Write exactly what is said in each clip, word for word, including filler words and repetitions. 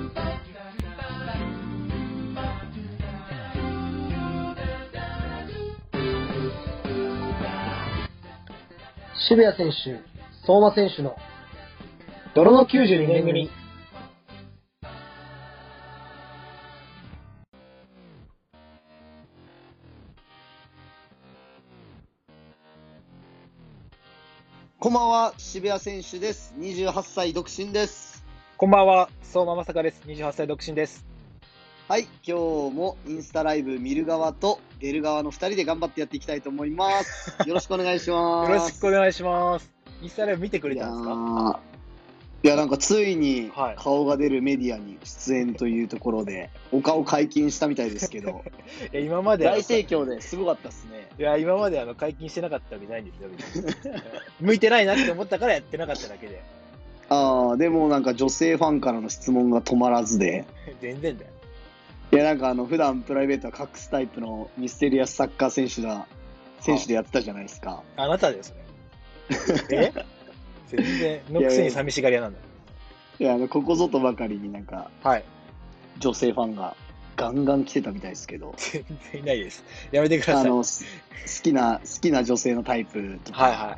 渋谷選手、相馬選手の泥のきゅうじゅうにねん組。 こんばんは、渋谷選手です。にじゅうはっさい独身です。 こんばんは、相馬まさかです。にじゅうはっさい独身です。 はい、今日もインスタライブ見る側と出る側のふたりで頑張ってやっていきたいと思います。よろしくお願いします。 よろしくお願いします。インスタライブ見てくれたんですか？ いや、なんかついに顔が出るメディアに出演というところで、お顔解禁したみたいですけど、 いや今まで大盛況ですごかったですね。 いや、今まであの解禁してなかったわけじゃないんですよ。向いてないなって思ったからやってなかっただけで。 ああ、でもなんか女性ファンからの質問が止まらずで。 全然だよ。 いや、なんかあの、普段プライベートは隠すタイプのミステリアスサッカー選手だ、選手でやってたじゃないですか。 あなたですね。え全然、のくせに寂しがり屋なんだ。 いや、あの、ここぞとばかりになんか、 はい。 女性ファンがガンガン来てたみたいですけど。 全然いないです。やめてください。 あの、好きな、好きな女性のタイプとか、 はいはい、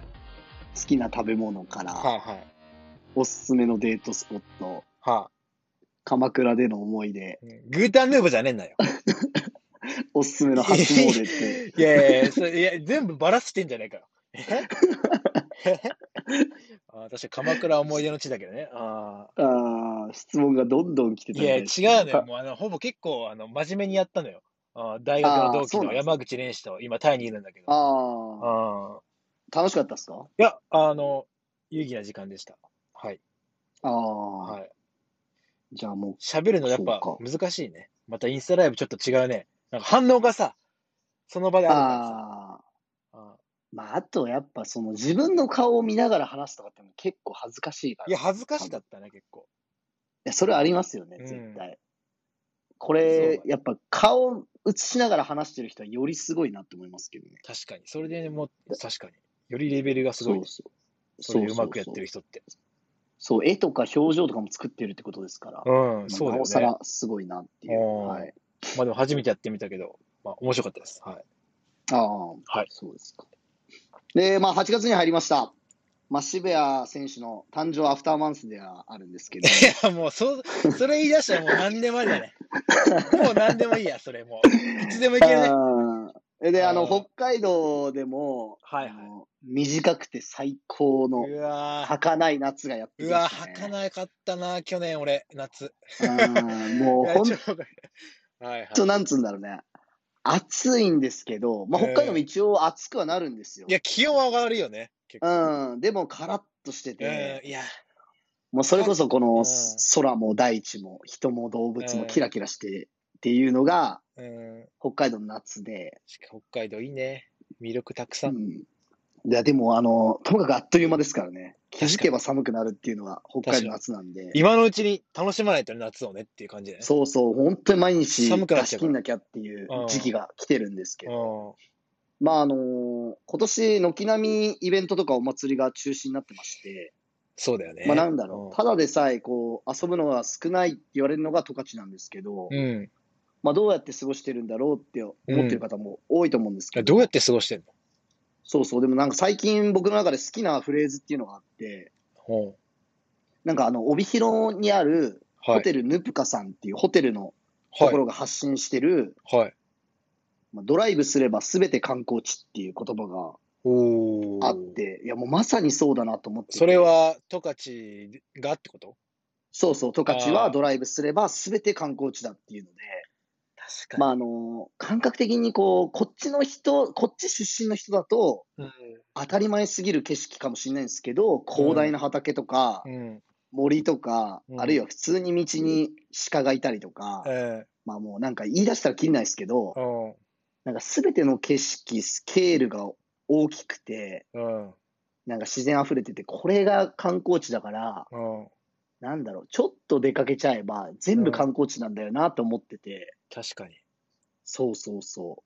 好きな食べ物から、 はいはい、 おすすめのデートスポット、 はあ、 鎌倉での思い出、 グータンヌーボじゃねえんだよ。 おすすめの初詣って。 いやいや、それいや全部バラしてんじゃねえかよ。えあ、確か鎌倉思い出の地だけどね。ああ、質問がどんどん来てたみたいです、 ね。いや、違うのよ。もうあの、ほぼ結構、あの、真面目にやったのよ。あ大学の同期の山口蓮氏と、今タイにいるんだけど。 ああ。楽しかったっすか？ いや、あの、有意義な時間でした。はい。 ああ。 はい。 じゃあもう。 喋るのやっぱ難しいね。またインスタライブちょっと違うね。なんか反応がさ、その場であるからさ。ああ。まあ、あとやっぱその自分の顔を見ながら話すとかっても結構恥ずかしいから。 いや、恥ずかしかったね、結構。 いや、それありますよね、絶対。うん、これ、やっぱ顔映しながら話してる人はよりすごいなって思いますけどね。 確かに。それでね、もう、確かに。よりレベルがすごい、ね。そうそう。それでうまくやってる人って。 そう、絵とか表情とかも作ってるってことですから。 うん、そうだよね。 なおさらすごいなっていう。はい。 まあでも初めてやってみたけど、まあ面白かったです。はい。 ああ、はい。そうですか。で、まあはちがつに入りました。まあ渋谷選手の誕生アフターマンスではあるんですけど。 いや、もうそ、それ言い出したらもう何でもありだね。もう何でもいいや、それもう。いつでもいけるね。 で、あの、北海道でも、 はいはい、 短くて最高の、儚い夏がやってきましたね。 うわ、儚かったな、去年俺、夏。 もうほんと、なんつうんだろうね。暑いんですけど、まあ、北海道も一応暑くはなるんですよ。 いや、気温上がるよね。 うん。でも、カラッとしてて、 いや、 もうそれこそこの空も大地も人も動物もキラキラしてっていうのが、北海道の夏で。 北海道いいね。魅力たくさん。うん、 いや、でも、あの、ともかくあっという間ですからね。気づけば寒くなるっていうのは北海道の夏なんで。 今のうちに楽しまないと夏をねっていう感じでね。 そうそう、本当に毎日出し切んなきゃっていう時期が来てるんですけど。まあ、あの、今年、軒並みイベントとかお祭りが中止になってまして。 そうだよね。 まあ、なんだろう。ただでさえ、こう、遊ぶのが少ないって言われるのが十勝なんですけど。 うん。 まあ、どうやって過ごしてるんだろうって思ってる方も多いと思うんですけど。 どうやって過ごしてんの？ そうそう。でもなんか最近僕の中で好きなフレーズっていうのがあって、 ほうなんかあの、帯広にあるホテルヌプカさんっていうホテルのところが発信してる、 はい。 まあ、ドライブすれば全て観光地っていう言葉があって、いやもうまさにそうだなと思ってて。 それは十勝がってこと？ そうそう。十勝はドライブすれば全て観光地だっていうので、 確かに。 まああの、感覚的にこう、こっちの人、こっち出身の人だと、うん、当たり前すぎる景色かもしれないんですけど、広大な畑とか、うん、森とか、うん、あるいは普通に道に鹿がいたりとか、うん、まあもうなんか言い出したらきりないですけど、うん、なんか全ての景色、スケールが大きくて、うん、なんか自然溢れてて、これが観光地だから、うん、なんだろう、ちょっと出かけちゃえば全部観光地なんだよなと思ってて、 うん、確かに。 そうそうそう。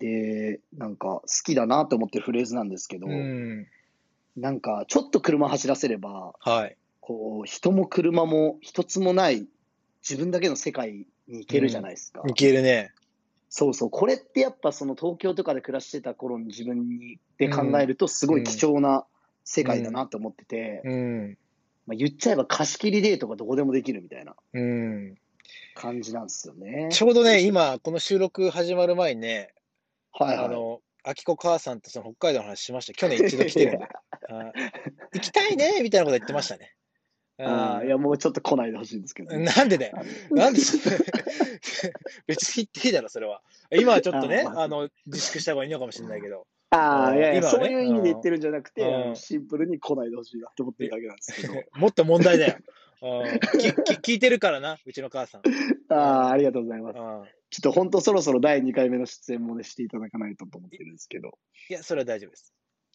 で、なんか好きだなと思ってるフレーズなんですけど、うん、なんかちょっと車走らせれば、はい、こう人も車も一つもない自分だけの世界に行けるじゃないですか。 いけるね。 そうそう。これってやっぱその東京とかで暮らしてた頃の自分にで考えるとすごい貴重な世界だなと思ってて、 うん。 まあ、言っちゃえば貸し切りデートがどこでもできるみたいなうん。 感じなんですよね。 ちょうどね、今、この収録始まる前にね、 はいはい。 あの、あきこ母さんとその北海道の話しました。去年一度来てるんで。あ行きたいねみたいなこと言ってましたね。 ああ、いや、もうちょっと来ないでほしいんですけど、ね。 なんでだよ。なんでそれ別に言っていいだろ、それは。今はちょっとね、あ,、まあ、あの、自粛した方がいいのかもしれないけど。 ああ、いやいや、 ね、 そういう意味で言ってるんじゃなくて、 うん、 シンプルに来ないでほしいなって思ってるだけなんですけど。 もっと問題だよ。きき聞いてるからな、うちの母さん。 ああ、ありがとうございます。ちょっと本当そろそろだいにかいめの出演もね、していただかないとと思ってるんですけど。 いや、それは大丈夫です。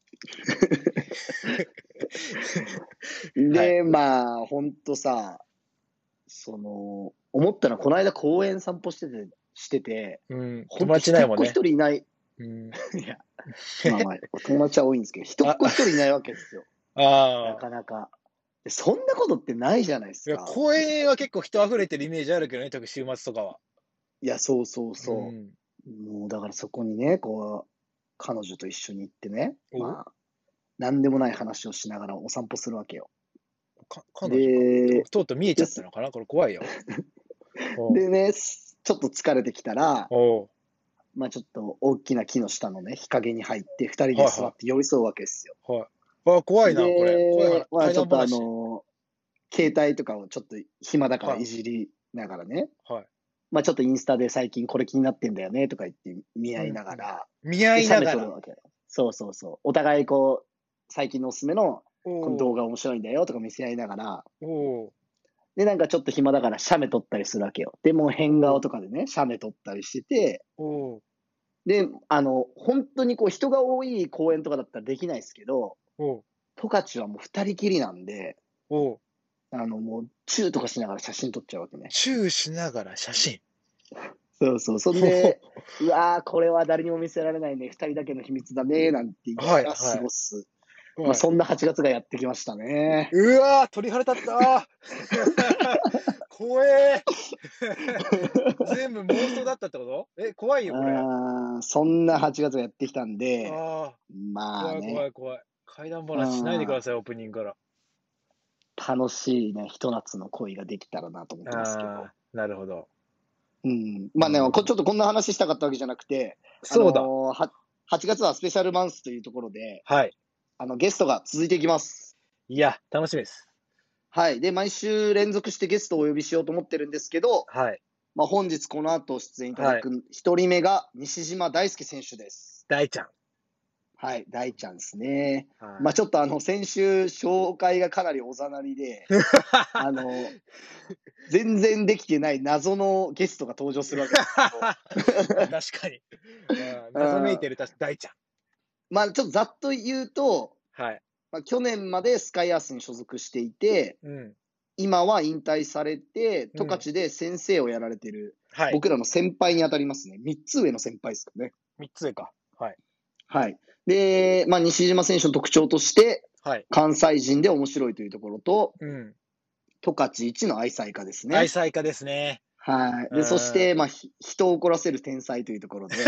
で、はい、まあ、ほんとさ、その、思ったのは、この間公園散歩してて、してて、 うん、友達ないもんね。 一人いない。 うん、 いや、まあまあ、友達は多いんですけど、一っ子一人いないわけですよ。 あなかなか。そんなことってないじゃないですか。 いや、公園は結構人溢れてるイメージあるけどね、特に週末とかは。 いや、そうそうそう。うん、もう、だからそこにね、こう、彼女と一緒に行ってね、まあ、なんでもない話をしながらお散歩するわけよ。 か彼女かとうとう見えちゃったのかなこれ怖いよ。 でね、ちょっと疲れてきたら、まあちょっと大きな木の下のね、日陰に入って、二人で座って寄り添うわけですよ。 はい、はい。あ、怖いな、これ。怖い話。 まあちょっとあの、携帯とかをちょっと暇だからいじりながらね。 はい。 まあちょっとインスタで最近これ気になってんだよねとか言って見合いながら。 うん、見合いながら。 そうそうそう。お互いこう、最近のおすすめのこの動画面白いんだよとか見せ合いながら。で、なんかちょっと暇だから写メ撮ったりするわけよ。でも変顔とかでね、写メ撮ったりしてて。で、あの、本当にこう人が多い公園とかだったらできないですけど、十勝はもう二人きりなんで、あの、もう、チューとかしながら写真撮っちゃうわけね。 チューしながら写真そうそう。そんで、うわー、これは誰にも見せられないね。二人だけの秘密だね。なんて言いながら過ごす。はいはい、まあ、そんなはちがつがやってきましたね。 うわー、鳥肌立った怖え全部妄想だったってことえ、怖いよ、これ。 あそんなはちがつがやってきたんで、あまあね。 怖い怖い怖い。怪談話しないでください、オープニングから。 楽しいね、ひと夏の恋ができたらなと思ってますけど。 なるほど。 うん。まあね、うん、ちょっとこんな話したかったわけじゃなくて、 そうだ。 あのー、はちがつはスペシャルマンスというところで、 はい。 あの、ゲストが続いていきます。 いや、楽しみです。 はい。で、毎週連続してゲストをお呼びしようと思ってるんですけど、 はい。 まあ本日この後出演いただく一人目が西島大輔選手です。 大ちゃん。 はい、大ちゃんですね。はい、まあちょっとあの、先週紹介がかなりおざなりで、あの、全然できてない謎のゲストが登場するわけですけど。 確かに。謎めいてる大ちゃん。 まあちょっとざっと言うと、 はい。 まあ、去年までスカイアースに所属していて、うん、今は引退されて、十勝で先生をやられてる、うん、僕らの先輩に当たりますね。みっつ上の先輩ですかね。 みっつ上か。はい。 はい。で、まあ、西島選手の特徴として、はい、関西人で面白いというところと、うん、十勝一の愛妻家ですね。 愛妻家ですね。 はい。で、そして、まあ、人を怒らせる天才というところで、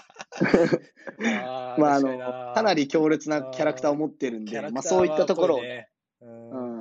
あまあ、あの、かなり強烈なキャラクターを持ってるんで、まあ、そういったところを、ねうん、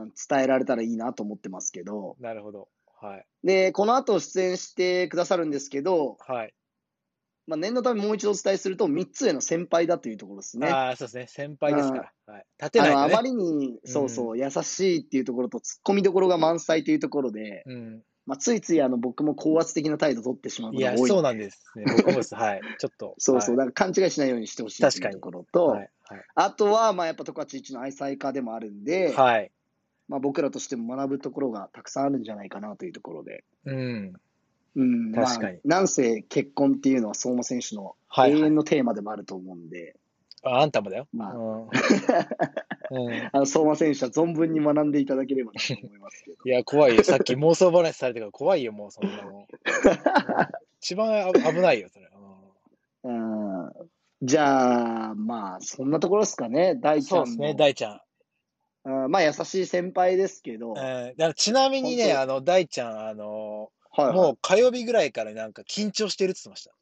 伝えられたらいいなと思ってますけど。 なるほど。はい。 で、この後出演してくださるんですけど、 はい。 まあ、念のためもう一度お伝えすると、みっつ上の先輩だというところですね。 ああ、そうですね。先輩ですから。うん、はい。立てないと、ね、 あの、あまりに、そうそう、うん、優しいっていうところと、突っ込みどころが満載というところで、うんまあ、ついついあの僕も高圧的な態度を取ってしまうことが多い。 いや、そうなんですね。僕もです。はい。ちょっと。 そうそう。だから勘違いしないようにしてほしいというところと、はいはい、あとは、まあやっぱ十勝一の愛妻家でもあるんで、はい。まあ僕らとしても学ぶところがたくさんあるんじゃないかなというところで。うん。うん。確かに。まあ、なんせ結婚っていうのは相馬選手の永遠のテーマでもあると思うんで。 はいはい、あ、あんたもだよ。 まあ。うんうん、あの相馬選手は存分に学んでいただければと思いますけど。 いや、怖いよ。さっき妄想話されてから怖いよ、もうそんなもん。一番危ないよ、それ。 うん、じゃあ、まあ、そんなところですかね、大ちゃんの。 そうですね、大ちゃん。 あまあ、優しい先輩ですけど。 うん、だからちなみにね、あの、大ちゃん、あの、 はいはい、 もう火曜日ぐらいからなんか緊張してるって言ってました。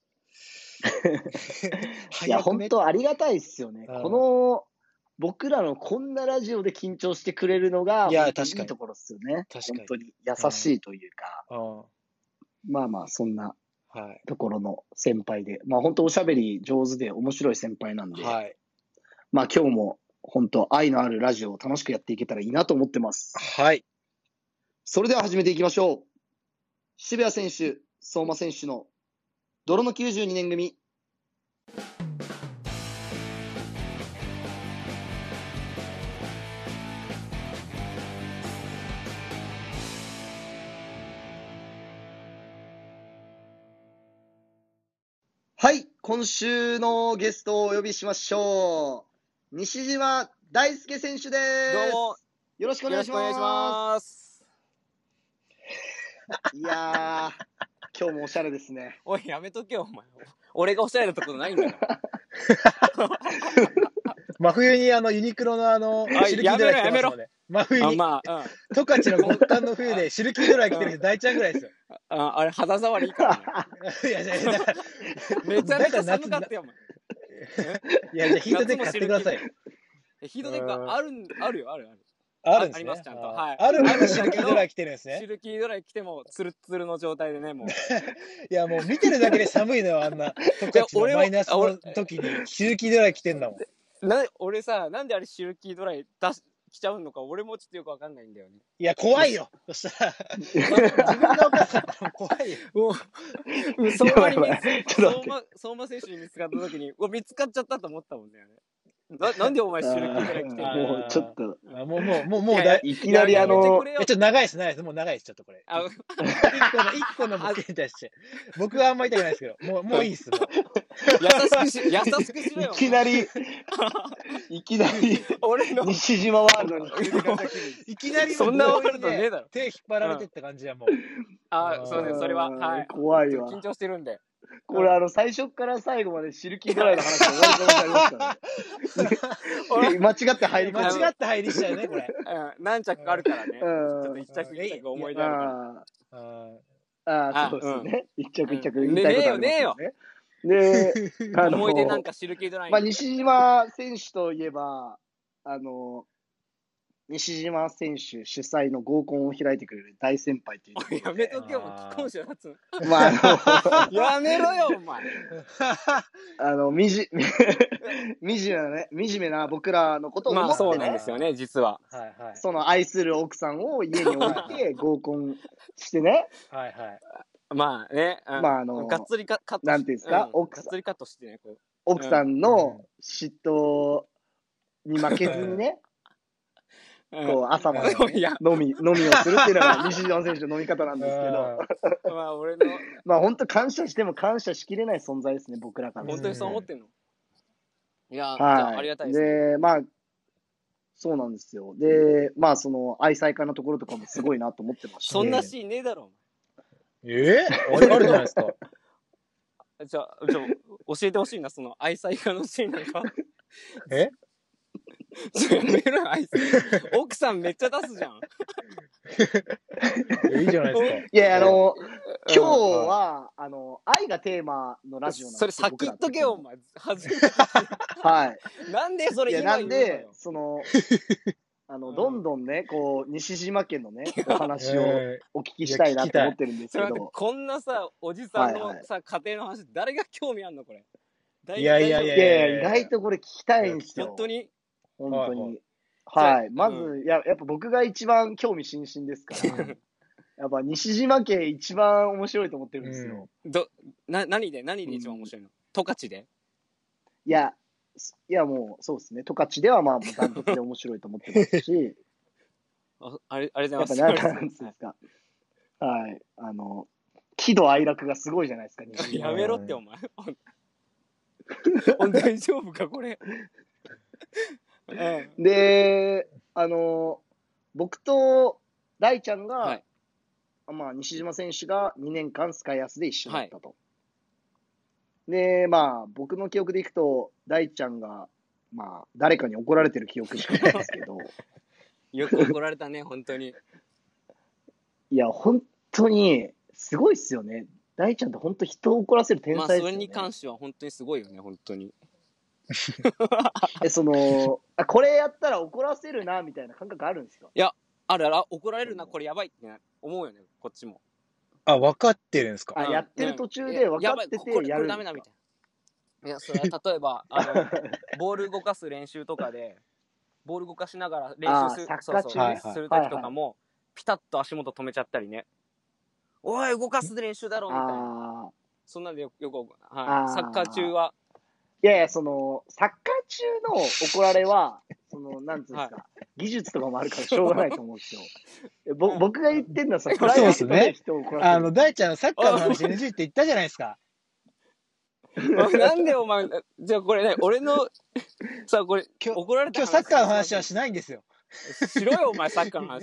いや、本当ありがたいっすよね。 うん、 この、僕らのこんなラジオで緊張してくれるのが、 いや、 本当にいいところっすよね。 確かに。 本当に優しいというか。 うんうん、 まあまあ、そんなところの先輩で。はい、まあ本当おしゃべり上手で面白い先輩なんで。 はい。 まあ今日も本当愛のあるラジオを楽しくやっていけたらいいなと思ってます。 はい。 それでは始めていきましょう。渋谷選手、相馬選手の泥のきゅうじゅうにねん組。はい、今週のゲストをお呼びしましょう。西島大輔選手です。 どうも。 よろしくお願いします。よろしくお願いします。いやー、今日もおしゃれですね。 おい、やめとけよ、お前。俺がおしゃれなところないんだから。 真冬にあのユニクロのあのシルキードライ着てますので。真冬に。 まあ、 うん。十勝の極寒の冬でシルキードライ着てる人大ちゃんぐらいですよ。 あ, あれ肌触りいいからね。 いやいやいや。 めちゃめちゃ寒かったよ、お前。 いやいやヒートテック買ってください。 ヒートテックあるあるよ、あるある。 あるんですね。 あります、ちゃんと。はい。 あるあるシルキードライ着てるんですね。 シルキードライ着ても、ツルツルの状態でね、もう。 いや、もう見てるだけで寒いのよ、あんな。十勝のマイナスの時にシルキードライ着てんだもん。 な俺さ、なんであれシルキードライ出し、着ちゃうのか、俺もちょっとよくわかんないんだよね。 いや、怖いよ。そしたら、自分がお母さんだったら怖いよ。もう、相馬に相馬、相馬選手に見つかった時に、うわ、見つかっちゃったと思ったもんね。な, なんでお前シルキードライ着てるの？ もうちょっと。 あもう、もう、もう、もうだいきなりあの、 ちょっと長いです、長いです。もう長いです、ちょっとこれ。あ一個の、一個のボケに対して。僕はあんまり言いたくないですけど、もう、もういいっす。もう優しくし、優しくしろよ。 いきなり、いきなり、俺の西島ワールドに。 いきなり、 そんなワールドねえだろ。 手引っ張られてって感じはもう。 あ、そうです、それは。はい。 怖いわ。 緊張してるんで。 これあの、最初から最後までシルキードライの話が終わる可能性ありますからね。間違って入り間違って入りしちゃうね、これ。 うん。何着かあるからね。ちょっと一着一着思い出あるから。 ああ、そうですね。一着一着言いたいことありますよね。 で、 思い出なんかシルキードライ。 まあ、西島選手といえば、あの、西島選手主催の合コンを開いてくれる大先輩というところで。 やめとけよ、既婚者だつ。 まあ、あの、やめろよ、お前。 あの、みじ、みじめなね、惨めな僕らのことを思って、ね、 まあそうなんですよね、実は。 はいはい。その愛する奥さんを家に置いて合コンしてね。 はいはい。 まあね、 まああの、 がっつりカットなんていうんですか、 奥さん。がっつりカットしてね、こう。 奥さんの嫉妬に負けずにね、こう朝まで飲み、飲みをするっていうのが西島選手の飲み方なんですけど。 まあ俺の。 まあ本当感謝しても感謝しきれない存在ですね、僕らから。 本当にそう思ってんの？いや、 はい、 じゃあありがたいですね。 で、まあ、そうなんですよ。で、まあその愛妻家のところとかもすごいなと思ってました。 そんなシーンねえだろ。 えー、あれあるじゃないですか。 じゃあ、じゃあ教えてほしいな、その愛妻家のシーンなんか。 えやめろ、愛妻。奥さんめっちゃ出すじゃん。 いいじゃないですか。 いや、あの、今日は、あの、愛がテーマのラジオなんですよ。 それ先言っとけよ、お前。初めて。 はい。 なんでそれ今言うのよ。いや、なんで、その、あの、どんどんね、こう、西島家のね、お話をお聞きしたいなと思ってるんですけど。 こんなさ、おじさんのさ、家庭の話、誰が興味あんのこれ。 いやいやいやいや、意外とこれ聞きたいんですよ。 本当に本当に。はい。まず、ややっぱ僕が一番興味津々ですから。やっぱ西島家一番面白いと思ってるんですよ。 ど、な、何で何で一番面白いの？十勝で？ いや、いやもう、そうですね。十勝ではまあ、ダントツで面白いと思ってますし。 あ、あれ、あれじゃないですか。やっぱなんですか。はい。あの、喜怒哀楽がすごいじゃないですか、 西島。やめろって、お前。大丈夫か、これ。 で、あの、僕と大ちゃんが、はい、まあ、西島選手がにねんかんスカイアスで一緒だったと。はい、で、まあ、僕の記憶でいくと、大ちゃんが、まあ、誰かに怒られてる記憶しかないですけど、 よく怒られたね、本当に。 いや、本当に、すごいっすよね。大ちゃんって本当人を怒らせる天才ですよね。 まあ、それに関しては本当にすごいよね、本当に。 え、その、あ、これやったら怒らせるな、みたいな感覚あるんですか？ いや、あるある、怒られるな、これやばいって思うよね、こっちも。 あ、分かってるんですか？ あ、やってる途中で分かっててやるんですか？ これダメだみたいな。いや、それは例えば、あの、ボール動かす練習とかで、ボール動かしながら練習する、そうそう、 はいはいするときとかも、ピタッと足元止めちゃったりね。おい、動かす練習だろみたいな。そんなんでよく、よく、はい。サッカー中は。 いやいや、その、サッカー中の怒られは、その、なんつうんですか、はい、技術とかもあるからしょうがないと思うんですよ。ぼ僕が言ってるのはさ、プライベートで人を怒らせる。 あの、大ちゃん、サッカーの話 エヌジー って言ったじゃないですか。 なんでお前、じゃあこれね、俺の、さあこれ、 今日、 怒られた今日サッカーの話はしないんですよ。 しろよ、お前、サッカーの話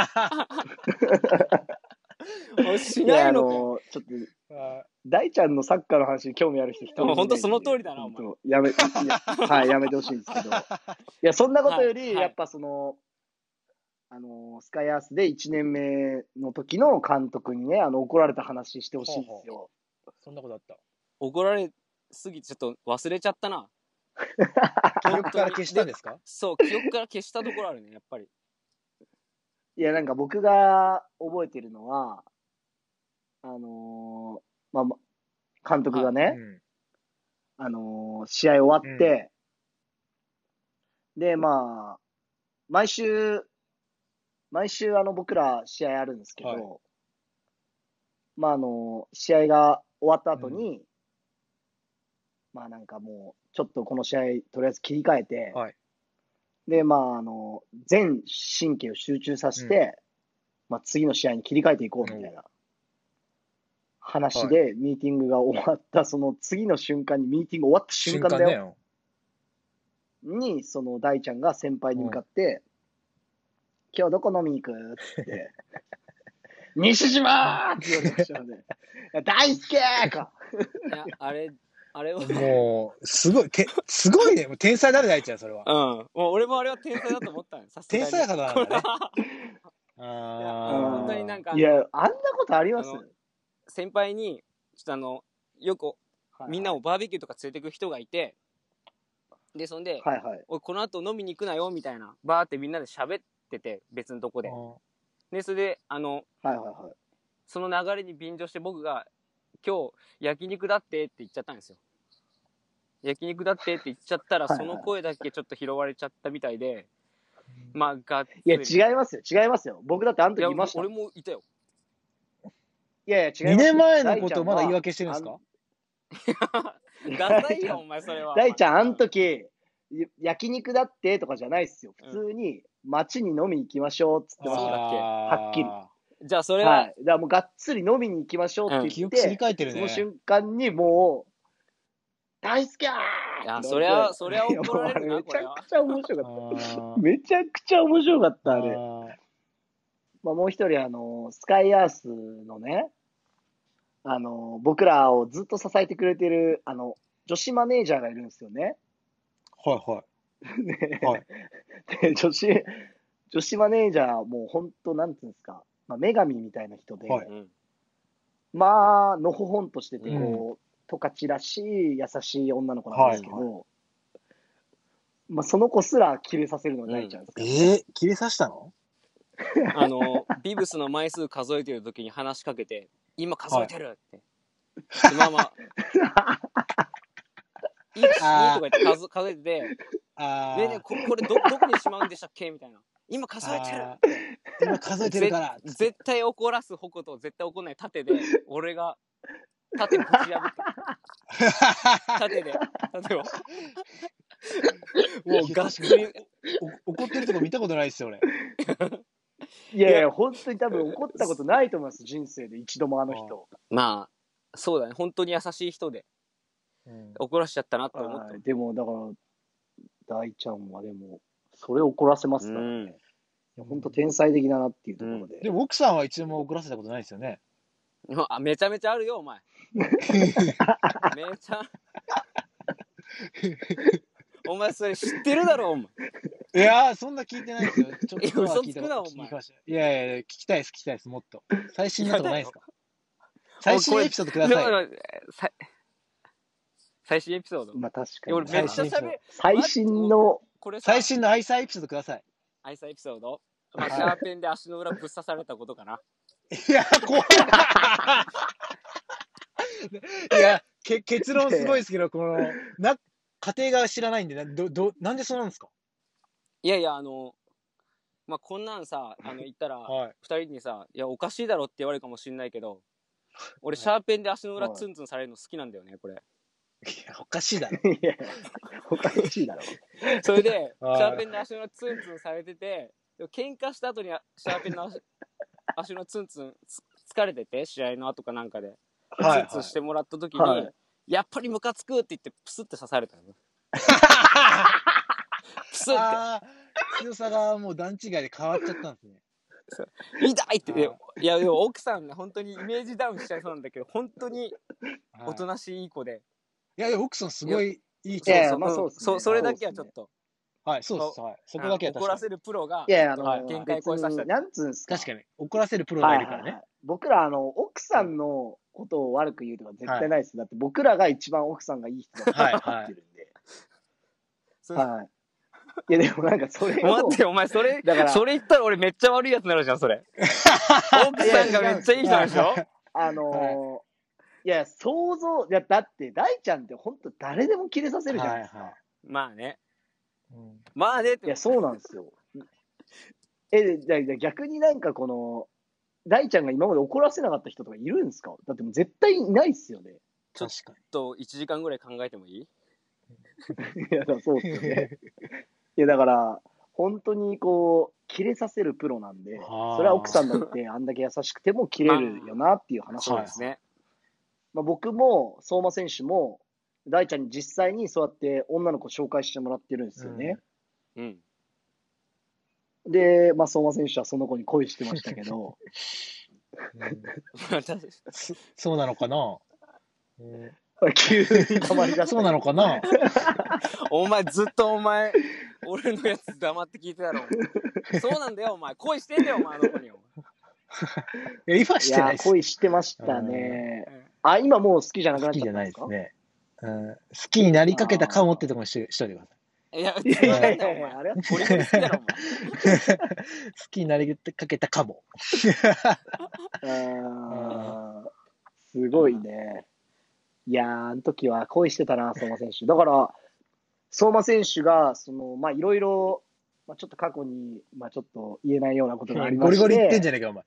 は。しないのかよ。 ちょっと、大ちゃんのサッカーの話に興味ある人一人もいない。 本当その通りだな、お前。 やめ、はい、やめてほしいんですけど。いや、そんなことより、はいはい、やっぱその、あの、スカイアースでいちねんめの時の監督にね、あの、怒られた話してほしいんですよ。ほうほうそんなことあった。 怒られすぎてちょっと忘れちゃったな。 記憶から消したんですか？ そう、記憶から消したところあるね、やっぱり。 いや、なんか僕が覚えてるのは、あのー、まあ、監督がね、うん、あのー、試合終わって、うん、で、まあ、毎週、毎週あの僕ら試合あるんですけど、はい、まああの、試合が終わった後に、うん、まあなんかもう、ちょっとこの試合とりあえず切り替えて、はい、で、まああの、全神経を集中させて、うん、まあ次の試合に切り替えていこうみたいな話でミーティングが終わった、その次の瞬間に、ミーティング終わった瞬間だよ。に、その大ちゃんが先輩に向かって、うん、今日どこ飲みに行くって、西島ーって言われましたよね。大輔ーかいや、あれ、あれは。 もう、すごい、て、すごいね。もう天才だね、大ちゃん、それは。 うん。もう俺もあれは天才だと思ったのよ。さすがに。 天才肌なんだね。 ああ。本当になんか。 いや、あんなことあります？ 先輩に、ちょっとあの、よく、みんなをバーベキューとか連れてく人がいて、で、そんで、 はいはい、 おい、この後飲みに行くなよ、みたいな、バーってみんなで喋ってて、別のとこで。で、それで、あの、 はいはいはい、 その流れに便乗して僕が、今日、焼肉だってって言っちゃったんですよ。焼肉だってって言っちゃったら、その声だけちょっと拾われちゃったみたいで、まあ、がっつり。 いや、違いますよ、違いますよ。僕だってあの時いました。 俺もいたよ。 いやいや、違います。 にねんまえのことをまだ言い訳してるんですか？ ダサいよ、お前、それは。 大ちゃん、あの時、焼肉だってとかじゃないっすよ。普通に、街に飲みに行きましょうっつってましたっけ、はっきり。 じゃあ、それは。はい。 だからもう、がっつり飲みに行きましょうって言って、うん、記憶すり替えてるね。 その瞬間にもう、大好きやーいや、そりゃ、そりゃ怒られるな、 めちゃくちゃ面白かった。めちゃくちゃ面白かった、あれ。まあ、もう一人、あの、スカイアースのね、あの、僕らをずっと支えてくれてる、あの、女子マネージャーがいるんですよね。 はいはい。 で、はい、で女子、女子マネージャーも本当、なんていうんですか、まあ、女神みたいな人で、はい、まあ、のほほんとしてて、こう、十勝らしい優しい女の子なんですけど、はいはい、まあ、その子すらキレさせるのが大ちゃんですから、ね、 うん、えー、キレさせたの？ あの、ビブスの枚数数えてる時に話しかけて、今数えてるって。はい、まあまあ、いち、にとか言って数数えてて、ねえねえ、これど、どこにしまうんでしたっけみたいな。今数えてるって。 今数えてるから。 絶対怒らす矛と絶対怒んない盾で、俺が、盾ぶち破って。盾で、盾を。もうガスに怒ってるとこ見たことないっすよ、俺。 いやいや、本当に多分怒ったことないと思います、人生で一度もあの人。 まあ、そうだね、本当に優しい人で、うん、怒らしちゃったなって思った。 でも、だから、大ちゃんはでも、それ怒らせますからね。うん、本当天才的だなっていうところで。うん、 でも、奥さんは一度も怒らせたことないですよね。 あ、めちゃめちゃあるよ、お前。めちゃ。お前それ知ってるだろ、お前。 いやー、そんな聞いてないですよ。ちょっとは嘘聞いたつくなお前聞きましたいやいやいや、聞きたいです、聞きたいです、もっと。最新のとこないですか？最新エピソードくださいよ。 い。さ最新エピソード。 まあ確かに。 いや俺めっちゃ喋る。 最新の、 これさ最新のアイサーエピソードください。 アイサーエピソード。まあ、シャーペンで足の裏ぶっ刺されたことかな。 いや、怖い。いや、け結論すごいですけど、この、な、家庭が知らないんで、な、ど、ど、なんでそうなんですか？ いやいや、あの、まあ、こんなんさ、あの、言ったら、 はい。 二人にさ、いや、おかしいだろって言われるかもしれないけど、俺、シャーペンで足の裏ツンツンされるの好きなんだよね、これ。 いや、おかしいだろ。 いや、おかしいだろ。 それで、シはいャーペンで足の裏ツンツンされてて、でも喧嘩した後にシャーペンの足足のツンツンつ疲れてて、試合の後かなんかで、 はい、 ツンツンしてもらった時に、 はい、 やっぱりムカつくって言ってプスって刺されたの。プスって。 あー、強さがもう段違いで変わっちゃったんですね。 痛いって。いや、でも奥さんね、本当にイメージダウンしちゃいそうなんだけど、本当におとなしいいい子で。 いや、いや、奥さんすごいいいいやいや、 人です。 まあそうですね。 そそれだけはちょっと。 はい、そうです。はい。そこだけは確かに。 怒らせるプロが、 いやいや、あの、 限界超えさせた。 なんつうんすか。 確かに。怒らせるプロがいるからね。 はいはいはい、僕ら、あの、奥さんのことを悪く言うとか絶対ないです。はい、だって僕らが一番奥さんがいい人だと思ってるんで。はい、はい。いや、でもなんかそれを。 待って、お前それ、だからそれ言ったら俺めっちゃ悪いやつになるじゃん、それ。奥さんがめっちゃいい人でしょ？ あのー、はい、いや、想像、いや、だって、大ちゃんって本当誰でもキレさせるじゃないですか。はいはい、 まあね。うん、まあねって。 いや、そうなんですよ。え、じゃあ逆になんかこの、大ちゃんが今まで怒らせなかった人とかいるんですか？だってもう絶対いないっすよね。 ちょっといちじかんぐらい考えてもいい？ いや、そうっすよね。いや、だから、本当にこう、キレさせるプロなんで、それは奥さんだってあんだけ優しくてもキレるよなっていう話なんですね。まあ、僕も、相馬選手も、大ちゃんに実際にそうやって女の子紹介してもらってるんですよね。うん。うん、で、まあ、相馬選手はその子に恋してましたけど。 うん、そうなのかな、 えー、急にたまりだそうなのかなお前ずっとお前、俺のやつ黙って聞いてたろ。そうなんだよ、お前。恋してんだよ、お前、あの子に。 いや、今してないっす。 いや、恋してましたね。あ、今もう好きじゃなくなっちゃったんですか？ 好きじゃないですね。うん、好きになりかけたかもってところにしといてください。 いや、いやいやいやいや、あれはゴリゴリ好きだろ、お前。 好きになりかけたかも。 あすごいね。いやー、あの時は恋してたな、相馬選手。だから、相馬選手が、その、まあ、いろいろ、まあ、ちょっと過去に、まあ、ちょっと言えないようなことがありまして。 ゴリゴリ言ってんじゃねえか、お前。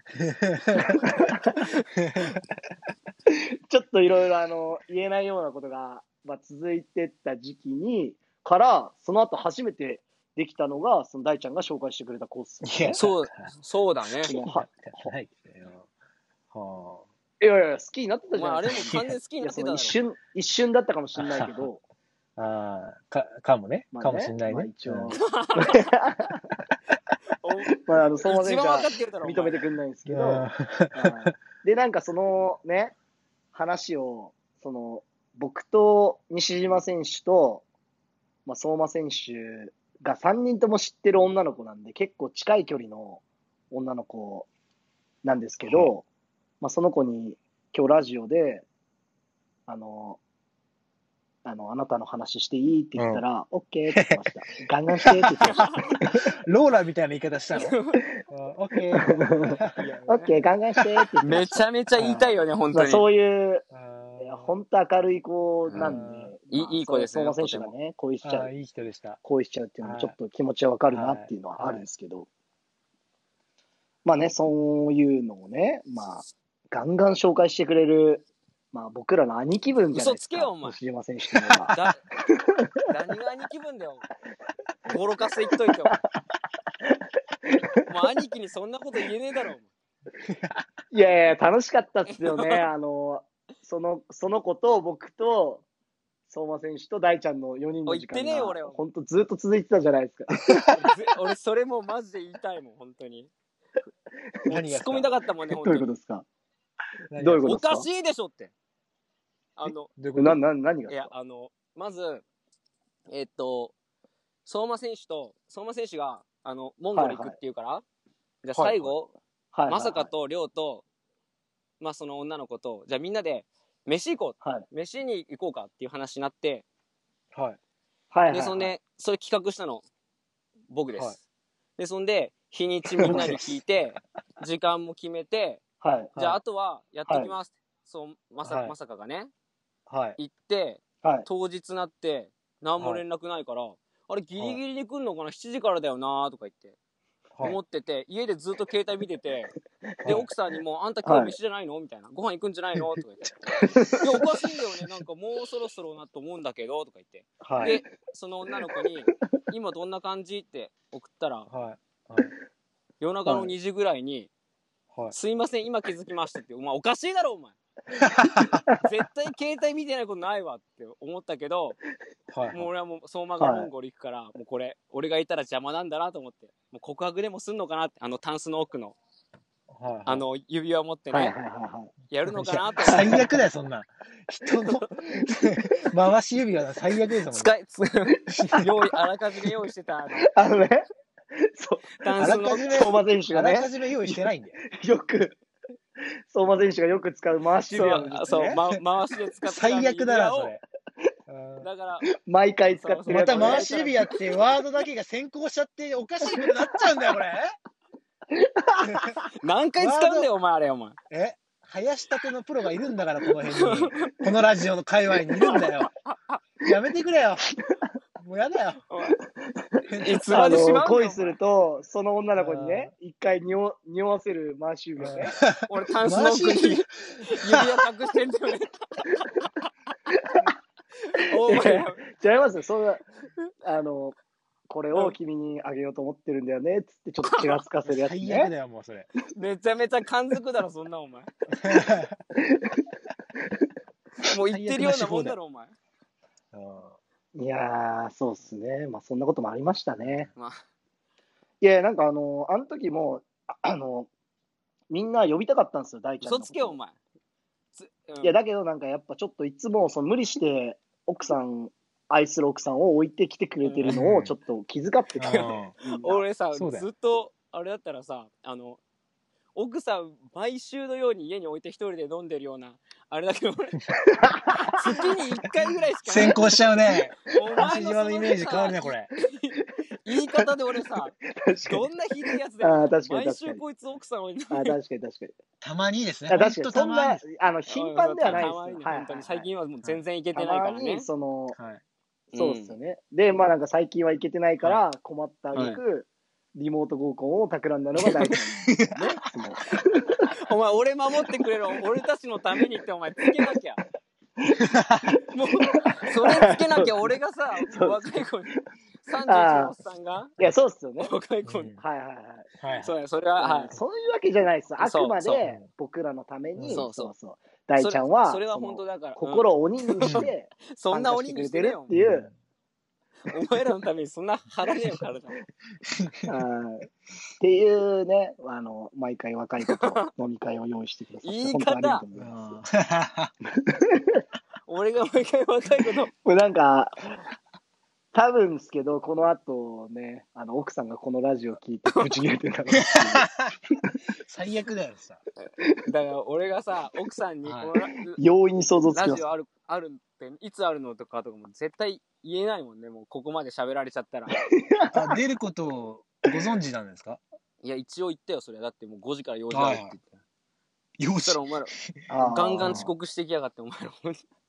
ちょっといろいろ、あの、言えないようなことが、まあ、続いてった時期に、から、その後初めてできたのが、その大ちゃんが紹介してくれたコース、 ね。いや、そう、そうだね。 は、はいはあ。いやいや、好きになってたじゃないですか。まあ、あれも完全好きになってただろ。 一瞬、一瞬だったかもしれないけど。 ああ、か、かもね。まあ、ねかもしれないね。まあ、一応。 まあ、あの、相馬選手は認めてくれないんですけど。で、なんかそのね、話を、その、僕と西島選手と、まあ、相馬選手がさんにんとも知ってる女の子なんで、結構近い距離の女の子なんですけど、はい、まあ、その子に今日ラジオで、あの、あの、あなたの話していいって言ったら、オッケーって言ってました。ガンガンしてって言ってました。 ローラみたいな言い方したのオッケー。 オッケー、ガンガンしてって言ってました。 めちゃめちゃ言いたいよね、本当に。まあ、 そういう、いや本当明るい子なんで、 いい、いい子ですね。 相馬選手がね、恋しちゃう。 いい人でした。 恋しちゃうっていうのもちょっと気持ちはわかるなっていうのはあるんですけど。まあね、そういうのをね、まあ、ガンガン紹介してくれる、まあ僕らの兄貴分じゃないですか。 嘘つけよ、お前。 西島選手というのは。 だ何が兄貴分だよ。ボロカス言っといてよ。もう兄貴にそんなこと言えねえだろ。 いやいや、楽しかったっすよね。あの、その、その子と僕と、相馬選手と大ちゃんのよにんの時間が、本当ずっと続いてたじゃないですか。 俺、それもマジで言いたいもん、本当に。突っ込みたかったもんね、本当に。 どういうことですかどういうことですかおかしいでしょって。あの、 な、な、何がいや、あの、まず、えっと、 相馬選手と、相馬選手が、あの、モンゴル行くっていうから、はいはい、じゃあ最後、 はいはい、 まさかと亮と、まあその女の子と、じゃあみんなで、飯行こう、はい、飯に行こうかっていう話になって、 はい。 はい。 で、そんで、それ企画したの、僕です。はい、で、そんで、日にちみんなに聞いて、時間も決めて、はい、じゃああとはやってきます、はい、そうまさ、はい、まさかがね、はい、行って、はい、当日なって何も連絡ないから、はい、あれギリギリに来んのかな、しちじからだよなとか言って、はい、思ってて、家でずっと携帯見てて、はい、で奥さんにもあんた今日飯じゃないのみたいな、ご飯行くんじゃないのとか言っていやおかしいんだよね、なんかもうそろそろなと思うんだけどとか言って、はい、でその女の子に今どんな感じって送ったら、はいはい、夜中のにじぐらいに、はい、すいません今気づきましたって、お前おかしいだろお前絶対携帯見てないことないわって思ったけど、はいはい、もう俺はもう相馬がモンゴル行くから、はい、もうこれ俺がいたら邪魔なんだなと思って、もう告白でもすんのかなって、あのタンスの奥の、はいはい、あの指輪持ってね、はいはいはいはい、やるのかなと思って。 最悪だよそんな人の回し指輪最悪ですもんね。 使い用意あらかじめ用意してたあのあのね、 そうタンスの相馬選手がね、 あらかじめ用意してないんだよ。 よく相馬選手がよく使う回し指輪、 ね、そう、そう、ま、回しで使ってた最悪だなそれ。 だから毎回使ってるまた回し指輪ってワードだけが先行しちゃっておかしいことになっちゃうんだよこれ。 何回使うんだよお前あれお前。 え林立てのプロがいるんだからこの辺にこのラジオの界隈にいるんだよ。やめてくれよ。もうやだよ。 いつまでしまうの恋するとその女の子にね一回匂わせる回し指輪ね。 俺タンスの奥に指輪隠してんだよね。 お前違いますよ、そんなあのこれを君にあげようと思ってるんだよねっつってちょっとちらつかせるやつね。 最悪だよもうそれ。 めちゃめちゃ感づくだろそんなお前。もう言ってるようなもんだろお前。 いやーそうっすね、まあそんなこともありましたね。まあ、いやなんかあのあの時もあのみんな呼びたかったんですよ大ちゃんの。 嘘つけよお前。 うん、いやだけどなんかやっぱちょっといつもその無理して奥さん愛する奥さんを置いてきてくれてるのをちょっと気遣ってた、ね、 うん、俺さずっとあれだったらさあの奥さん毎週のように家に置いて一人で飲んでるようなあれだけど俺月にいっかいぐらいしか先行しちゃうね。西島のイメージ変わるねこれ。 言い方で俺さどんなひどいやつでも毎週こいつ奥さん置いてる。 あ確かに確かに。 たまにですね。 確かにそんなあの頻繁ではないですよ。 ね、本当に最近はもう全然いけてないからね。 その、はい、そうですよね。うん、でまあなんか最近はいけてないから困った挙句、はい、リモート合コンを企んだのが大事なんですよね。 お前俺守ってくれる俺たちのためにってお前つけなきゃ。もうそれつけなきゃ俺がさ若い子にさんじゅういちのおっさんがいやそうっすよね若い子に、 うん、はいはいはい、 そうやそれは、はい、 そういうわけじゃないです。あくまで僕らのためにそうそうそう大ちゃんはそれは本当だから、 心を鬼にしてそんな鬼にしてるっていう。お前らのためにそんな腹ねえよ体っていうね、あの毎回若い子と飲み会を用意してくださって言い方俺が毎回若い子とこれなんか多分ですけどこの後ねあの奥さんがこのラジオ聞いてぶち切れてたの最悪だよさ。 だから俺がさ奥さんにこのラ容易に想像つきます。 ラジオあるあるっていつあるのとかとかも絶対言えないもんね。もうここまで喋られちゃったらあ出ることをご存知なんですか？ いや一応言ったよそれは。だってもうごじから用事あるって言って。 用事？ そしたらお前らガンガン遅刻してきやがってお前らめ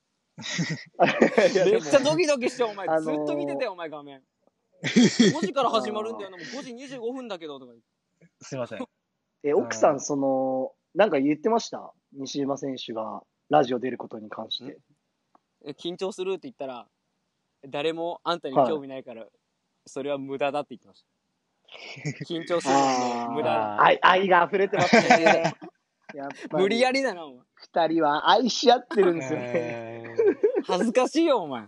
っちゃドキドキしてお前、あのー、ずっと見てたよお前画面ごじから始まるんだよなもうごじにじゅうごふんだけどとか言ってすいません。 え奥さんそのなんか言ってました西島選手がラジオ出ることに関して。 緊張するって言ったら誰もあんたに興味ないから、はい、それは無駄だって言ってました緊張するので無駄だ。 愛愛が溢れてますねやっぱり無理やりだなお前。 二人は愛し合ってるんですよね、 えー、恥ずかしいよお前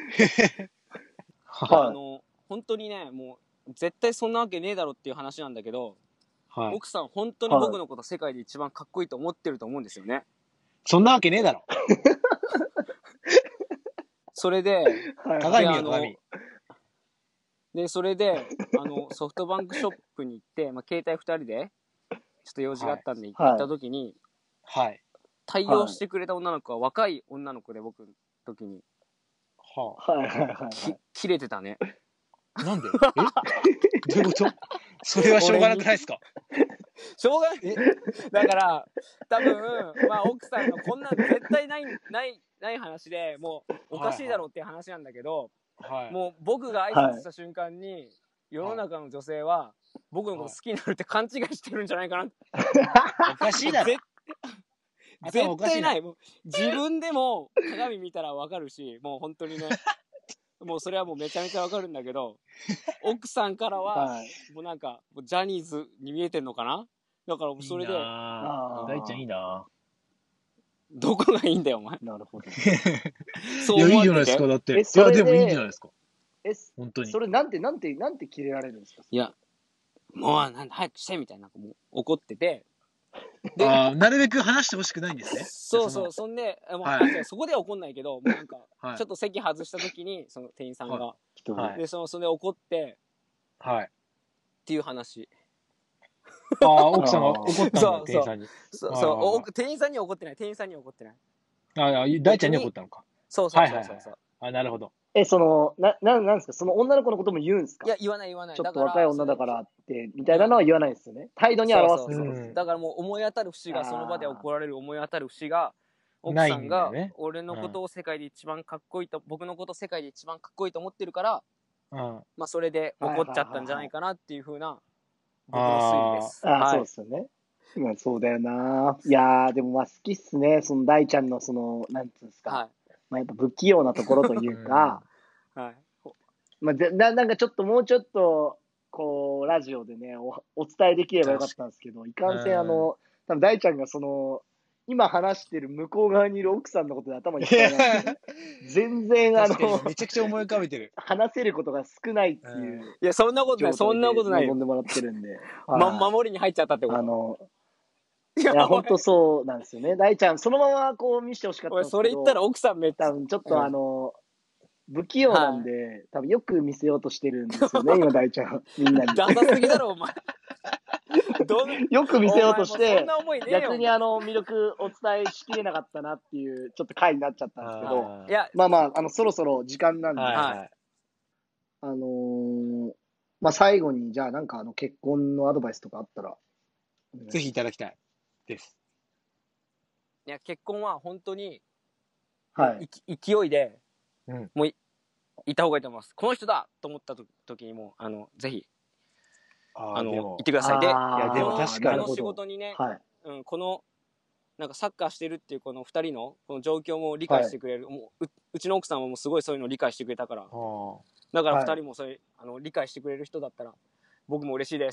はい、あの本当にねもう絶対そんなわけねえだろっていう話なんだけど、はい、奥さん本当に僕のこと世界で一番かっこいいと思ってると思うんですよね、はい、 そんなわけねえだろそれで鏡よ鏡。 で、それで、あの、ソフトバンクショップに行って、まあ、携帯ふたりで、ちょっと用事があったんで行った時に、 はい。 対応してくれた女の子は若い女の子で、僕の時に。 はあ。はいはいはい、はい。 き、切れてたね。 なんでえどういうことそれはしょうがなくないですかしょうがない。だから、多分、まあ、奥さんのこんなん絶対ない、ない、ない話で、もう、おかしいだろうっていう話なんだけど、 はい、 もう僕が挨拶した瞬間に、はい、世の中の女性は、僕のこと好きになるって勘違いしてるんじゃないかな。 おかしいだろ。 絶対ない。もう自分でも鏡見たらわかるし、もう本当にね、もうそれはもうめちゃめちゃわかるんだけど、奥さんからは、はい、もうなんか、ジャニーズに見えてんのかな。だからそれで、いいな大ちゃんいいなどこがいいんだよ、お前。 なるほど。 そう思われてて。いや、いいじゃないですか、だって。いや、でもいいんじゃないですか。 え、本当に。それなんて、なんて、なんてキレられるんですか。 いや、もう、なんだ、早くしてみたいな、もう怒ってて。 で、あなるべく話してほしくないんですね。 そうそう、そんで、もう、はい、そこでは怒んないけど、もうなんか、はい、ちょっと席外した時に、その店員さんが、はい、で、その、それで怒って、 はい。 っていう話。 ああ、奥さんが怒ったんだ、そう店員さんに。 そうそう、店員さんには怒ってない、店員さんには怒ってない。 ああ、大ちゃんには怒ったのか。 そうそうそうそうそう。 あ、なるほど。 え、その、な、な、なんですか、その女の子のことも言うんですか。 いや、言わない言わない。 ちょっと若い女だからって、みたいなのは言わないですよね。態度に表す。 そうそうそう。だからもう思い当たる節が、その場で怒られる思い当たる節が、奥さんが、俺のことを世界で一番かっこいいと、僕のことを世界で一番かっこいいと思ってるから、まあそれで怒っちゃったんじゃないかなっていうふうな、僕の推理です。 ああ、そうですよね。まあそうだよな。いやー、でもまあ好きっすね。その大ちゃんのその、なんつうんですか。はい、まあやっぱ不器用なところというか、はい。まあな、なんかちょっともうちょっと、こう、ラジオでね、お、お伝えできればよかったんですけど、いかんせんあの、多分大ちゃんがその、今話してる向こう側にいる奥さんのことで頭にいっぱいなんで、全然あの、 めちゃくちゃ思い浮かべてる。 話せることが少ないっていう。 いや、そんなことない、そんなことない。 望んでもらってるんで。 ま、守りに入っちゃったってこと。 あの、いや、ほんとそうなんですよね。大ちゃん、そのままこう見せてほしかったんですけど。 それ言ったら奥さんめっちゃ。 多分ちょっとあの、不器用なんで、はい、多分よく見せようとしてるんですよね、今大ちゃん。みんなに。 ダサすぎだろ、お前。 よく見せようとして、逆にあの魅力お伝えしきれなかったなっていう、ちょっと回になっちゃったんですけど、いやまあまあ、あの、そろそろ時間なんで、はいはい、あのー、まあ最後に、じゃあなんかあの結婚のアドバイスとかあったら、 ぜひいただきたいです。 いや、結婚は本当に、 はい。 勢いで、うん、もうい、いた方がいいと思います。この人だと思った時にも、あの、ぜひ、あの、行ってください。で、いや、でも確かに。 この仕事にね、はい、うん、この、なんかサッカーしてるっていうこの二人のこの状況も理解してくれる、はい、もう う, うちの奥さんはもうすごいそういうのを理解してくれたから、だから二人もそういう、はい、あの理解してくれる人だったら僕も嬉しいです。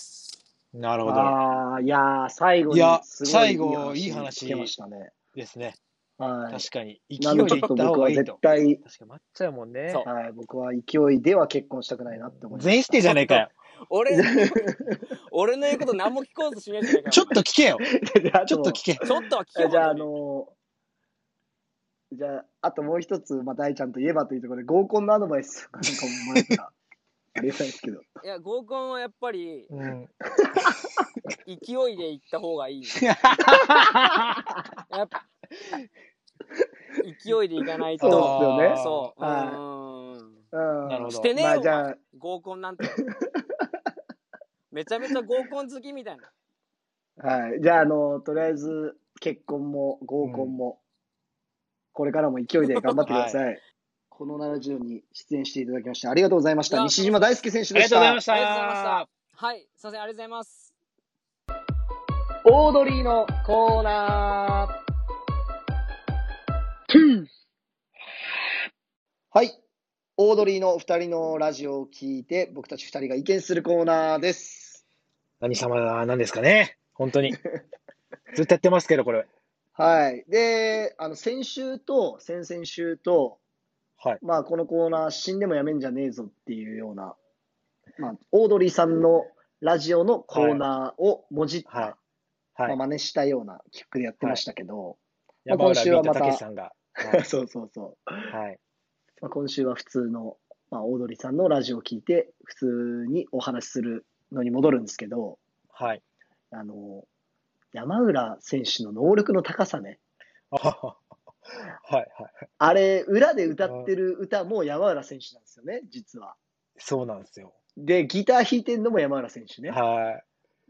なるほど。 ああ、いや最後にすごいいい話、いや最後いい話聞けましたね。ですね。 はい。 確かに。 勢いでいった方がいいと。絶対。 確かに待っちゃうもんね。 はい。僕は勢いでは結婚したくないなって思います。 全員捨てじゃねえかよ。 俺、俺の言うこと何も聞こうとしねえじゃねえかよ。 ちょっと聞けよ。ちょっと聞け。 ちょっとは聞けよ。 じゃあ、あのー、じゃあ、あともう一つ、まあ、大ちゃんといえばというところで、合コンのアドバイスなんかももらえたら、ありがたいですけど。 いや、合コンはやっぱり、うん、勢いで行った方がいい。やっぱ勢いで行かないと。 そうですよね。 そう。 はい、 うん。なるほど。してねえよ、まあ、じゃあ合コンなんて。めちゃめちゃ合コン好きみたいな。はい。じゃあ、あの、とりあえず、結婚も合コンも、うん、これからも勢いで頑張ってください。はい、このラジオに出演していただきまして、ありがとうございました。西島大輔選手でした。 ありがとうございました。 ありがとうございました。はい。すいません、ありがとうございます。 オードリーのコーナー。はい。オードリーの二人のラジオを聞いて、僕たち二人が意見するコーナーです。 何様なんですかね。本当に。ずっとやってますけど、これ。 はい。で、あの、先週と先々週と、はい。まあ、このコーナー、死んでもやめんじゃねえぞっていうような、まあ、オードリーさんのラジオのコーナーをもじった、はい。はい。まあ、真似したような企画でやってましたけど、はい、まあ、今週はまた、 さんが。 はい、そうそうそう。 はい。 まあ、今週は普通のまあ、オードリーさんのラジオを聞いて、普通にお話しするのに戻るんですけど、 はい。 あの、山浦選手の能力の高さね。 あはははいはい。 あれ、裏で歌ってる歌も山浦選手なんですよね、実は。 そうなんですよ。 で、ギター弾いてるのも山浦選手ね。 はい。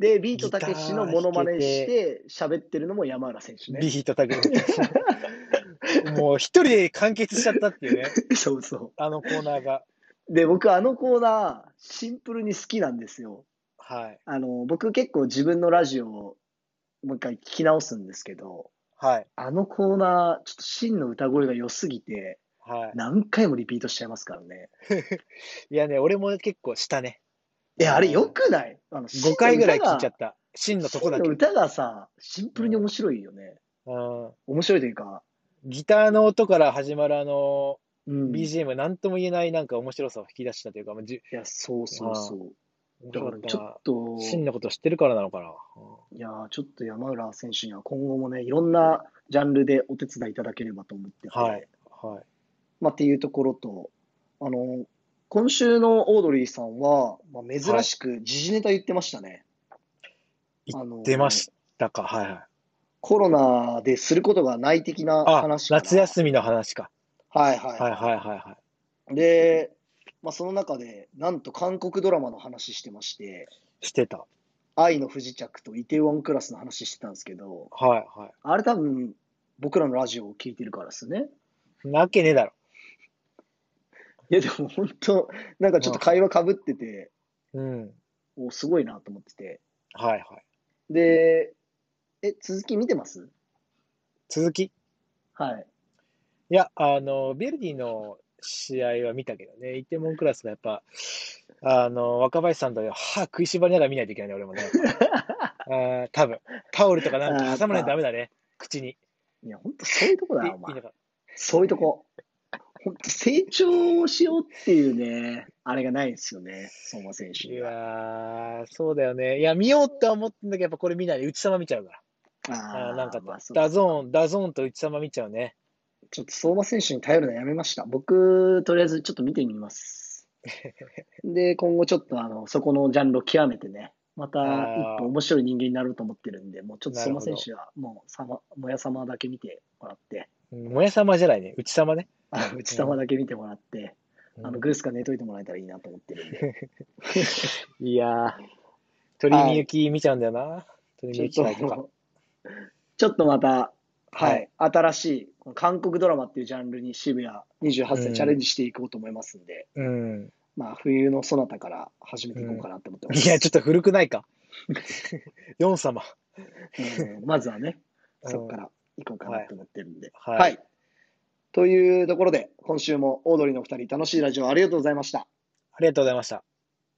で、ビートたけしのモノマネしギター弾て喋ってるのも山浦選手ね。 ビートたけし。もう一人で完結しちゃったっていうね。 そうそあのコーナーが。 う。で、僕あのコーナー、シンプルに好きなんですよ。 はい。 あの、僕結構自分のラジオをもう一回聞き直すんですけど、 はい。 あのコーナー、ちょっと真の歌声が良すぎて、 はい。 何回もリピートしちゃいますからね。 いやね、俺も結構したね。 え、あれ良くないあの、 ごかいぐらい聞いちゃっった。真のとこだけ。 真の歌がさ、シンプルに面白いよね。 うん。 面白いというか、 ギターの音から始まるあの、 うん。いビージーエム なんとも言えないなんか面白さを引き出したというか、まあじゅや、そうそうそう。 面だからちょっ白かったな。 と、 真のこと知ってるからなのかな。 いやー、ちょっと山浦選手には今後もね、いろんなジャンルでお手伝いいただければと思ってて、 はい。はい。 まあっていうところと、あの、今週のオードリーさんは、まあ、珍しく時事ネタ言ってましたね。あの出ましたか。はいはい。 コロナですることがない的なあ、 話から。 夏休みの話か。 はいはいはいはいはいはい。 で、まあその中で、なんと韓国ドラマの話してまして、 してた。 愛の不時着とイテウォンクラスの話してたんですけど、 はいはい。 あれ多分僕らのラジオを聞いてるからですね。 なわけねえだろ。 いやでも本当、なんかちょっと会話かぶってて、 うん。 おすごいなと思ってて。 はいはい。 で、え、続き見てます？ 続きはい。 いや、あの、ベルディの試合は見たけどね、イテモンクラスがやっぱ、あの、若林さんと歯食いしばりながら見ないといけないね、俺もね。あー多分タオルとかなんか挟まないとダメだね、口に。 いや、本当そういうとこだよ、お前いいの。かそういうとこ。本当成長しようっていうね、あれがないんですよね、相馬選手いには。 やー、そうだよね。いや、見ようとは思ってんだけど、やっぱこれ見ないで、内様見ちゃうから。あああ、 ーなんかまあそうダゾーン、ダゾーンと内様見ちゃうね。 ちょっと相馬選手に頼るのやめました。僕、とりあえずちょっと見てみます。で、今後ちょっとあの、そこのジャンルを極めてね、また一歩面白い人間になると思ってるんで、もうちょっと相馬選手はもうさま、もや様だけ見てもらって、 もや様じゃないね、内様ね。 あ内様だけ見てもらって、 うんあの、グースか寝といてもらえたらいいなと思ってるんで。 いやー、鳥みゆき見ちゃうんだよな。鳥みちょっゆき会とか。 と、ちょっとまた、ははいい、新しい、この韓国ドラマっていうジャンルに渋谷にじゅうはっさいチャレンジしていこうと思いますんで、 うん。 まあ、冬のそなたから始めていこうかなと思ってます。 いや、ちょっと古くないか。ヨン様。 うんまずはね、 うんそこから行こうかなと思ってるんで。 はいはい。というところで、今週もオードリーのお二人、楽しいラジオありがとうございました。 ありがとうございました。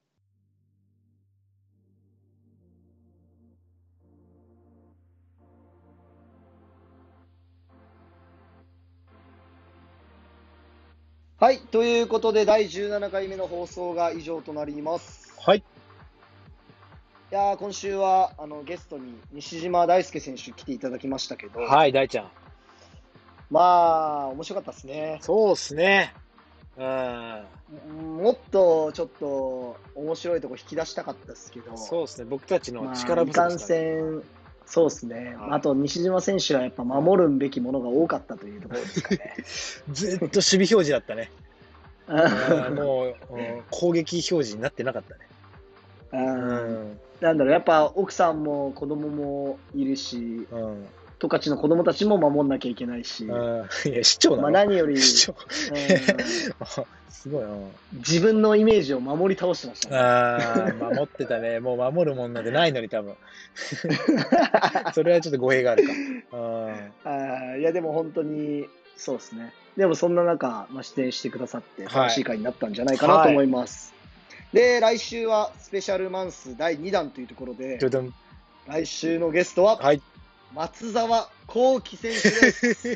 はい。ということで、だいじゅうななかいめの放送が以上となります。 はい。 いやー今週はあのゲストに西島大輔選手来ていただきましたけど、 はい、大ちゃん。 まあ、面白かったですね。 そうっすね。うん。 もっとちょっと面白いとこ引き出したかったですけど、 そうっすね。僕たちのまあ、 力不足いかんですからね。 せん、そうですね、 はいあと西島選手はやっぱ守るべきものが多かったというところですかね。 ずっと守備表示だったね。あーもう、うん攻撃表示になってなかったね。 ううんん。 なんだろう、やっぱ奥さんも子供もいるし、 うん。 十勝の子供たちも守んなきゃいけないし、 あーいや、市長なのまあ何より、 市長。 うんすごいな。 自分のイメージを守り倒してましたね。 ああ、守ってたね。もう守るもんなんてないのに、多分。それはちょっと語弊があるか。ああーいや、でも本当に、そうですね。でもそんな中、まあ、出演してくださって楽しい回になったんじゃないかなと思います。で、来週はスペシャルマンスだいにだんというところでー、ちょっと、 来週のゲストははい。 松沢幸輝選手です。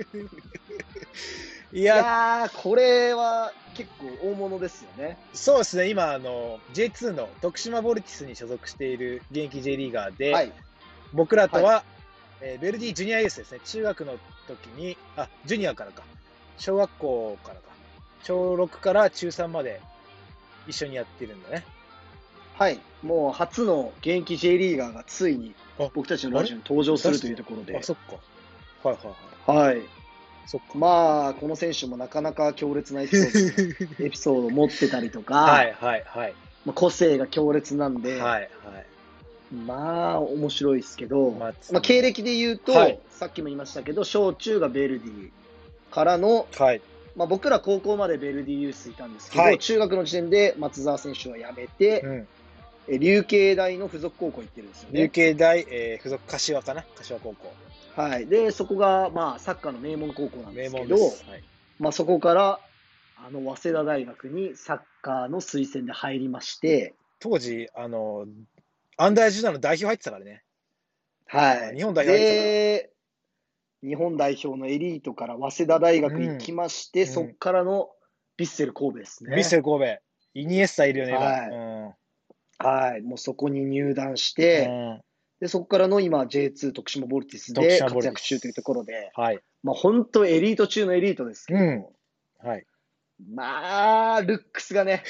いいや、 やー、これは結構大物ですよね。 そうですね。今、あの、ジェイツー の徳島ボルティスに所属している現役 J リーガーで、 はい。 僕らとは、えーベルディジュニアユースですね。中学の時に、あ、ジュニアからか。小学校からか。 ちょうろくからちゅうさんまで一緒にやってるんだね。 はい。もう初の現役 J リーガーがついに僕たちのラジオに登場するというところで。 あ、そっか。はいはいはい。はい。 そっか。 まあ、この選手もなかなか強烈なエピソード、エピソードを持ってたりとか、 はいはいはい。 まあ、個性が強烈なんで、 はいはい。 まあ、面白いですけど、 まあ、 まあ、経歴で言うと、はい、さっきも言いましたけど、小中がベルディからの、はい、まあ、僕ら高校までベルディユースいたんですけど、はい、中学の時点で松澤選手は辞めて、うんえ琉球大の附属高校行ってるんですよね。 琉球大、えー、附属柏かな柏高校。 はい。で、そこが、まあ、サッカーの名門高校なんですけど、はい、まあ、そこから、あの、早稲田大学にサッカーの推薦で入りまして、 当時、あの、アンダーじゅうななの代表入ってたからね。 はい。 日本代表入ってたから。 で、日本代表のエリートから早稲田大学行きまして、うん、そこからのヴィッセル神戸ですね。 ヴィッセル神戸。イニエスタいるよね、 はい。うんはい、もうそこに入団して、うん、でそこからの今 ジェイツー 徳島ボルティスで活躍中というところで、はい、まあ本当エリート中のエリートですけど、うんはい、まあルックスがね、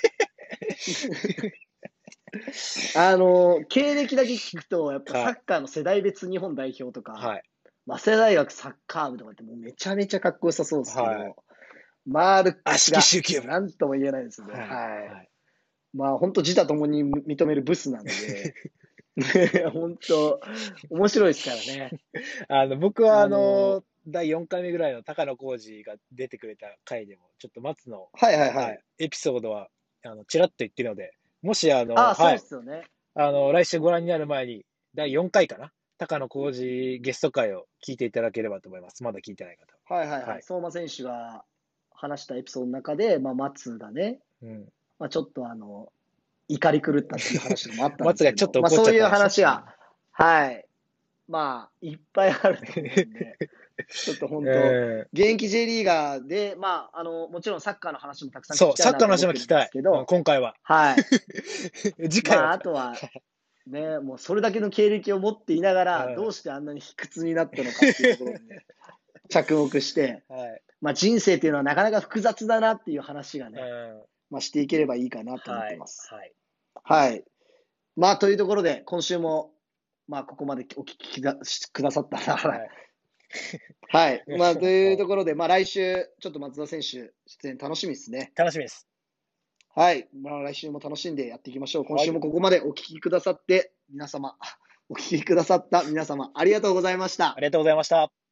あの経歴だけ聞くとやっぱサッカーの世代別日本代表とか、はい、早稲田大学サッカー部とかってもうめちゃめちゃかっこよさそうですけど、はい、まあルックスがなんとも言えないですね。はい、はいまあ本当自他ともに認めるブスなんで、本当面白いですからね。 あの僕はあのだいよんかいめぐらいの高野浩二が出てくれた回でもちょっと松の、 はいはいはい、 エピソードはあのちらっと言ってるので、もしあのあ、はい、そうですよね。 あの来週ご覧になる前にだいよんかいかな高野浩二ゲスト回を聞いていただければと思います。まだ聞いてない方。 はいはいはい。はい、相馬選手が話したエピソードの中で、まあ松がね。うんまあ、ちょっとあの、怒り狂ったっていう話もあったんですけど、 松がちょっと怒っちゃった、 まあ、そういう話が、はい、まあ、いっぱいあると思うんで、ちょっと本当、えー、現役 J リーガーで、まあ、あの、もちろんサッカーの話もたくさん聞きたいなと思ってるんですけど、 そう、サッカーの話も聞きたい、今回は。 はい。 次回は。 まあ、あとは、ね、もうそれだけの経歴を持っていながら、どうしてあんなに卑屈になったのかっていうところに、ね、着目して、はい、まあ、人生っていうのはなかなか複雑だなっていう話がね、うんまあ、していければいいかなと思ってます。はい。はい。はい、まあ、というところで、今週も、まあ、ここまでお聞きくださったら、はい。はい。まあ、というところで、まあ、来週、ちょっと松田選手、出演楽しみですね。 楽しみです。 はい。まあ、来週も楽しんでやっていきましょう。今週もここまでお聞きくださって、皆様、お聞きくださった皆様、ありがとうございました。 ありがとうございました。